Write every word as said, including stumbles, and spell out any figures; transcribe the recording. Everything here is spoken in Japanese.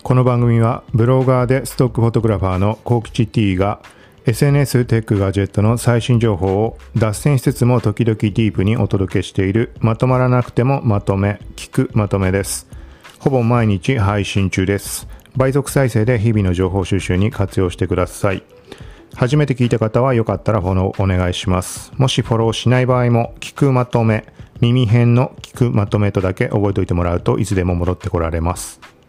この番組はブロガーでストックフォトグラファーの幸吉 T が エスエヌエス テックガジェットの最新情報を脱線しつつも時々ディープにお届けしているまとまらなくてもまとめ聞くまとめです。ほぼ毎日配信中です。倍速再生で日々の情報収集に活用してください。初めて聞いた方はよかったらフォローお願いします。もしフォローしない場合も聞くまとめ、耳辺の聞くまとめとだけ覚えておいてもらうといつでも戻ってこられます。